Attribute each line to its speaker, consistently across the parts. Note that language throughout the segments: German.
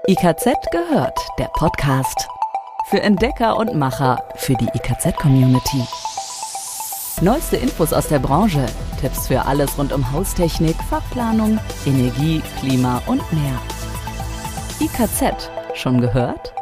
Speaker 1: IKZ gehört, der Podcast. Für Entdecker und Macher, für die IKZ-Community. Neueste Infos aus der Branche, Tipps für alles rund um Haustechnik, Fachplanung, Energie, Klima und mehr. IKZ, schon gehört?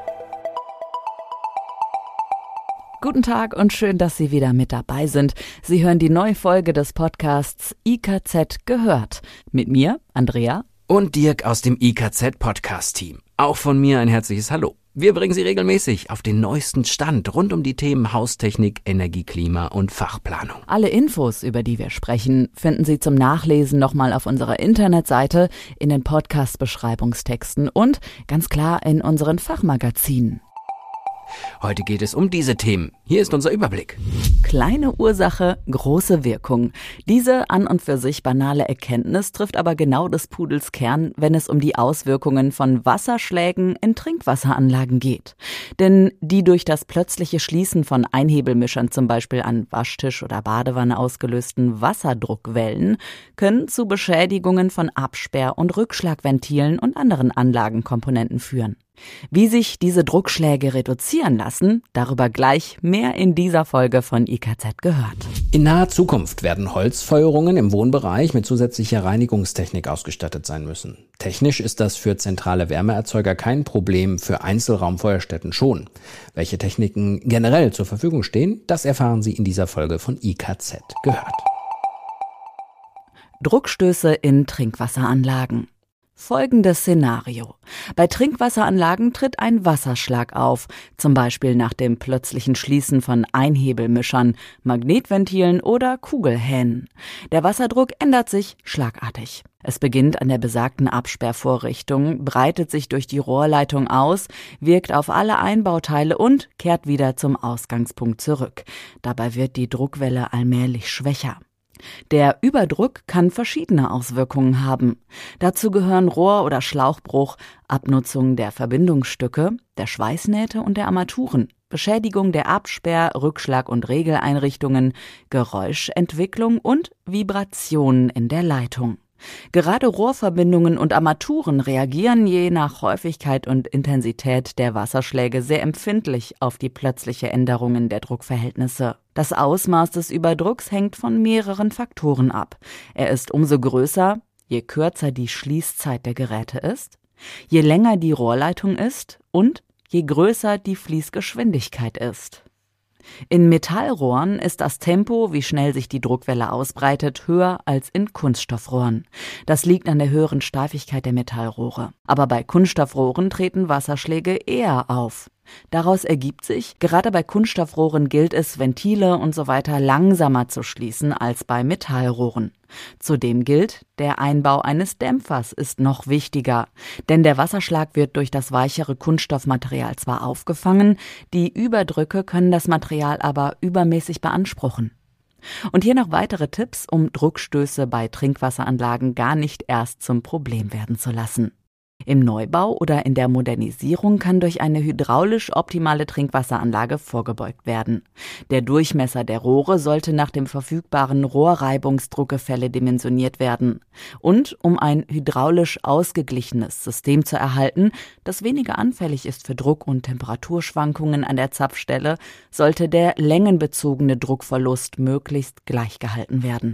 Speaker 1: Guten Tag und schön, dass Sie wieder mit dabei sind. Sie hören die neue Folge des Podcasts IKZ gehört. Mit mir, Andrea.
Speaker 2: Und Dirk aus dem IKZ-Podcast-Team. Auch von mir ein herzliches Hallo. Wir bringen Sie regelmäßig auf den neuesten Stand rund um die Themen Haustechnik, Energie, Klima und Fachplanung.
Speaker 1: Alle Infos, über die wir sprechen, finden Sie zum Nachlesen nochmal auf unserer Internetseite, in den Podcast-Beschreibungstexten und ganz klar in unseren Fachmagazinen.
Speaker 2: Heute geht es um diese Themen. Hier ist unser Überblick.
Speaker 1: Kleine Ursache, große Wirkung. Diese an und für sich banale Erkenntnis trifft aber genau des Pudels Kern, wenn es um die Auswirkungen von Wasserschlägen in Trinkwasseranlagen geht. Denn die durch das plötzliche Schließen von Einhebelmischern zum Beispiel an Waschtisch oder Badewanne ausgelösten Wasserdruckwellen können zu Beschädigungen von Absperr- und Rückschlagventilen und anderen Anlagenkomponenten führen. Wie sich diese Druckschläge reduzieren lassen, darüber gleich mehr in dieser Folge von IKZ gehört.
Speaker 2: In naher Zukunft werden Holzfeuerungen im Wohnbereich mit zusätzlicher Reinigungstechnik ausgestattet sein müssen. Technisch ist das für zentrale Wärmeerzeuger kein Problem, für Einzelraumfeuerstätten schon. Welche Techniken generell zur Verfügung stehen, das erfahren Sie in dieser Folge von IKZ gehört.
Speaker 1: Druckstöße in Trinkwasseranlagen. Folgendes Szenario. Bei Trinkwasseranlagen tritt ein Wasserschlag auf, zum Beispiel nach dem plötzlichen Schließen von Einhebelmischern, Magnetventilen oder Kugelhähnen. Der Wasserdruck ändert sich schlagartig. Es beginnt an der besagten Absperrvorrichtung, breitet sich durch die Rohrleitung aus, wirkt auf alle Einbauteile und kehrt wieder zum Ausgangspunkt zurück. Dabei wird die Druckwelle allmählich schwächer. Der Überdruck kann verschiedene Auswirkungen haben. Dazu gehören Rohr- oder Schlauchbruch, Abnutzung der Verbindungsstücke, der Schweißnähte und der Armaturen, Beschädigung der Absperr-, Rückschlag- und Regeleinrichtungen, Geräuschentwicklung und Vibrationen in der Leitung. Gerade Rohrverbindungen und Armaturen reagieren je nach Häufigkeit und Intensität der Wasserschläge sehr empfindlich auf die plötzliche Änderungen der Druckverhältnisse. Das Ausmaß des Überdrucks hängt von mehreren Faktoren ab. Er ist umso größer, je kürzer die Schließzeit der Geräte ist, je länger die Rohrleitung ist und je größer die Fließgeschwindigkeit ist. In Metallrohren ist das Tempo, wie schnell sich die Druckwelle ausbreitet, höher als in Kunststoffrohren. Das liegt an der höheren Steifigkeit der Metallrohre. Aber bei Kunststoffrohren treten Wasserschläge eher auf. Daraus ergibt sich, gerade bei Kunststoffrohren gilt es, Ventile usw. langsamer zu schließen als bei Metallrohren. Zudem gilt, der Einbau eines Dämpfers ist noch wichtiger, denn der Wasserschlag wird durch das weichere Kunststoffmaterial zwar aufgefangen, die Überdrücke können das Material aber übermäßig beanspruchen. Und hier noch weitere Tipps, um Druckstöße bei Trinkwasseranlagen gar nicht erst zum Problem werden zu lassen. Im Neubau oder in der Modernisierung kann durch eine hydraulisch optimale Trinkwasseranlage vorgebeugt werden. Der Durchmesser der Rohre sollte nach dem verfügbaren Rohrreibungsdruckgefälle dimensioniert werden. Und um ein hydraulisch ausgeglichenes System zu erhalten, das weniger anfällig ist für Druck- und Temperaturschwankungen an der Zapfstelle, sollte der längenbezogene Druckverlust möglichst gleich gehalten werden.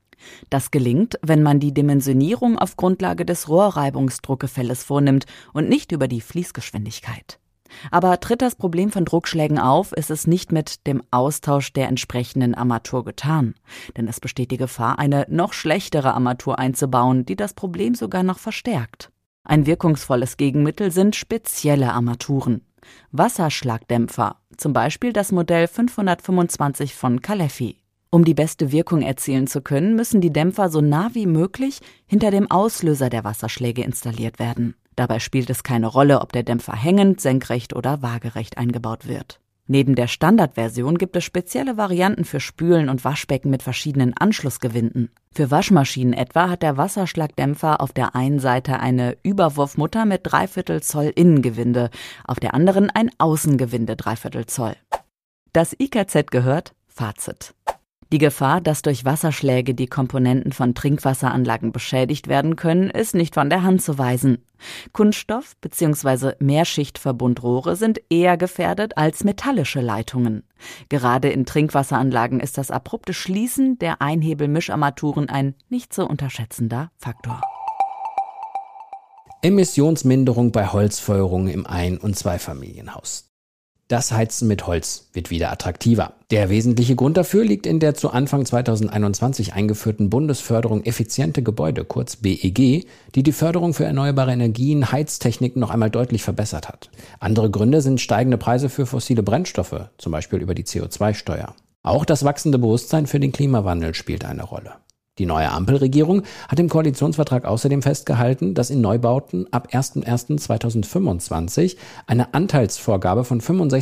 Speaker 1: Das gelingt, wenn man die Dimensionierung auf Grundlage des Rohrreibungsdruckgefälles vornimmt und nicht über die Fließgeschwindigkeit. Aber tritt das Problem von Druckschlägen auf, ist es nicht mit dem Austausch der entsprechenden Armatur getan. Denn es besteht die Gefahr, eine noch schlechtere Armatur einzubauen, die das Problem sogar noch verstärkt. Ein wirkungsvolles Gegenmittel sind spezielle Armaturen. Wasserschlagdämpfer, zum Beispiel das Modell 525 von Caleffi. Um die beste Wirkung erzielen zu können, müssen die Dämpfer so nah wie möglich hinter dem Auslöser der Wasserschläge installiert werden. Dabei spielt es keine Rolle, ob der Dämpfer hängend, senkrecht oder waagerecht eingebaut wird. Neben der Standardversion gibt es spezielle Varianten für Spülen und Waschbecken mit verschiedenen Anschlussgewinden. Für Waschmaschinen etwa hat der Wasserschlagdämpfer auf der einen Seite eine Überwurfmutter mit 3/4 Zoll Innengewinde, auf der anderen ein Außengewinde 3/4 Zoll. Das IKZ gehört, Fazit. Die Gefahr, dass durch Wasserschläge die Komponenten von Trinkwasseranlagen beschädigt werden können, ist nicht von der Hand zu weisen. Kunststoff- bzw. Mehrschichtverbundrohre sind eher gefährdet als metallische Leitungen. Gerade in Trinkwasseranlagen ist das abrupte Schließen der Einhebelmischarmaturen ein nicht zu unterschätzender Faktor.
Speaker 2: Emissionsminderung bei Holzfeuerungen im Ein- und Zweifamilienhaus. Das Heizen mit Holz wird wieder attraktiver. Der wesentliche Grund dafür liegt in der zu Anfang 2021 eingeführten Bundesförderung Effiziente Gebäude, kurz BEG, die die Förderung für erneuerbare Energien, Heiztechniken noch einmal deutlich verbessert hat. Andere Gründe sind steigende Preise für fossile Brennstoffe, zum Beispiel über die CO2-Steuer. Auch das wachsende Bewusstsein für den Klimawandel spielt eine Rolle. Die neue Ampelregierung hat im Koalitionsvertrag außerdem festgehalten, dass in Neubauten ab 01.01.2025 eine Anteilsvorgabe von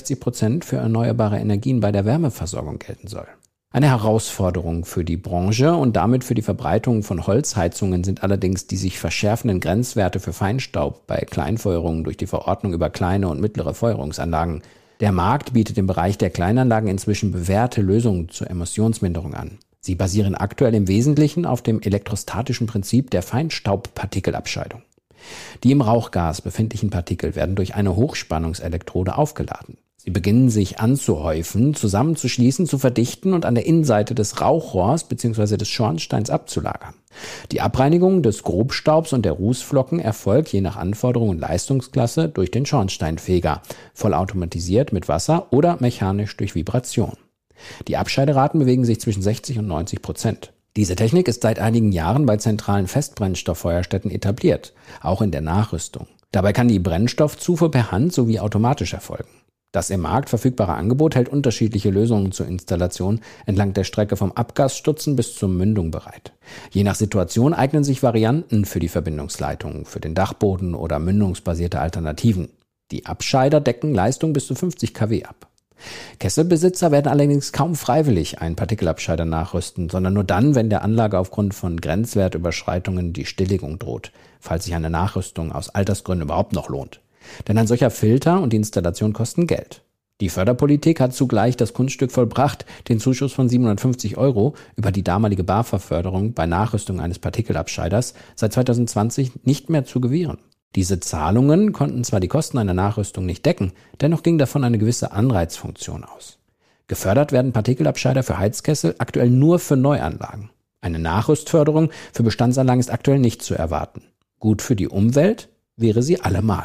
Speaker 2: 65% für erneuerbare Energien bei der Wärmeversorgung gelten soll. Eine Herausforderung für die Branche und damit für die Verbreitung von Holzheizungen sind allerdings die sich verschärfenden Grenzwerte für Feinstaub bei Kleinfeuerungen durch die Verordnung über kleine und mittlere Feuerungsanlagen. Der Markt bietet im Bereich der Kleinanlagen inzwischen bewährte Lösungen zur Emissionsminderung an. Sie basieren aktuell im Wesentlichen auf dem elektrostatischen Prinzip der Feinstaubpartikelabscheidung. Die im Rauchgas befindlichen Partikel werden durch eine Hochspannungselektrode aufgeladen. Sie beginnen sich anzuhäufen, zusammenzuschließen, zu verdichten und an der Innenseite des Rauchrohrs bzw. des Schornsteins abzulagern. Die Abreinigung des Grobstaubs und der Rußflocken erfolgt je nach Anforderung und Leistungsklasse durch den Schornsteinfeger, vollautomatisiert mit Wasser oder mechanisch durch Vibration. Die Abscheideraten bewegen sich zwischen 60 und 90%. Diese Technik ist seit einigen Jahren bei zentralen Festbrennstofffeuerstätten etabliert, auch in der Nachrüstung. Dabei kann die Brennstoffzufuhr per Hand sowie automatisch erfolgen. Das im Markt verfügbare Angebot hält unterschiedliche Lösungen zur Installation entlang der Strecke vom Abgasstutzen bis zur Mündung bereit. Je nach Situation eignen sich Varianten für die Verbindungsleitungen, für den Dachboden oder mündungsbasierte Alternativen. Die Abscheider decken Leistung bis zu 50 kW ab. Kesselbesitzer werden allerdings kaum freiwillig einen Partikelabscheider nachrüsten, sondern nur dann, wenn der Anlage aufgrund von Grenzwertüberschreitungen die Stilllegung droht, falls sich eine Nachrüstung aus Altersgründen überhaupt noch lohnt. Denn ein solcher Filter und die Installation kosten Geld. Die Förderpolitik hat zugleich das Kunststück vollbracht, den Zuschuss von 750 € über die damalige BAFA-Förderung bei Nachrüstung eines Partikelabscheiders seit 2020 nicht mehr zu gewähren. Diese Zahlungen konnten zwar die Kosten einer Nachrüstung nicht decken, dennoch ging davon eine gewisse Anreizfunktion aus. Gefördert werden Partikelabscheider für Heizkessel aktuell nur für Neuanlagen. Eine Nachrüstförderung für Bestandsanlagen ist aktuell nicht zu erwarten. Gut für die Umwelt wäre sie allemal.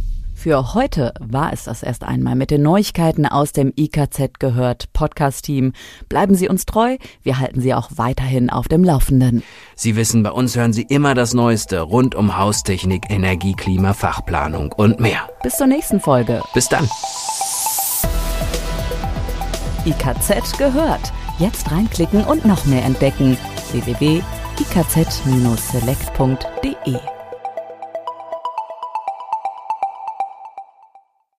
Speaker 1: Für heute war es das erst einmal mit den Neuigkeiten aus dem IKZ gehört Podcast-Team. Bleiben Sie uns treu, wir halten Sie auch weiterhin auf dem Laufenden.
Speaker 3: Sie wissen, bei uns hören Sie immer das Neueste rund um Haustechnik, Energie, Klima, Fachplanung und mehr.
Speaker 1: Bis zur nächsten Folge.
Speaker 3: Bis dann.
Speaker 1: IKZ gehört. Jetzt reinklicken und noch mehr entdecken. www.ikz-select.de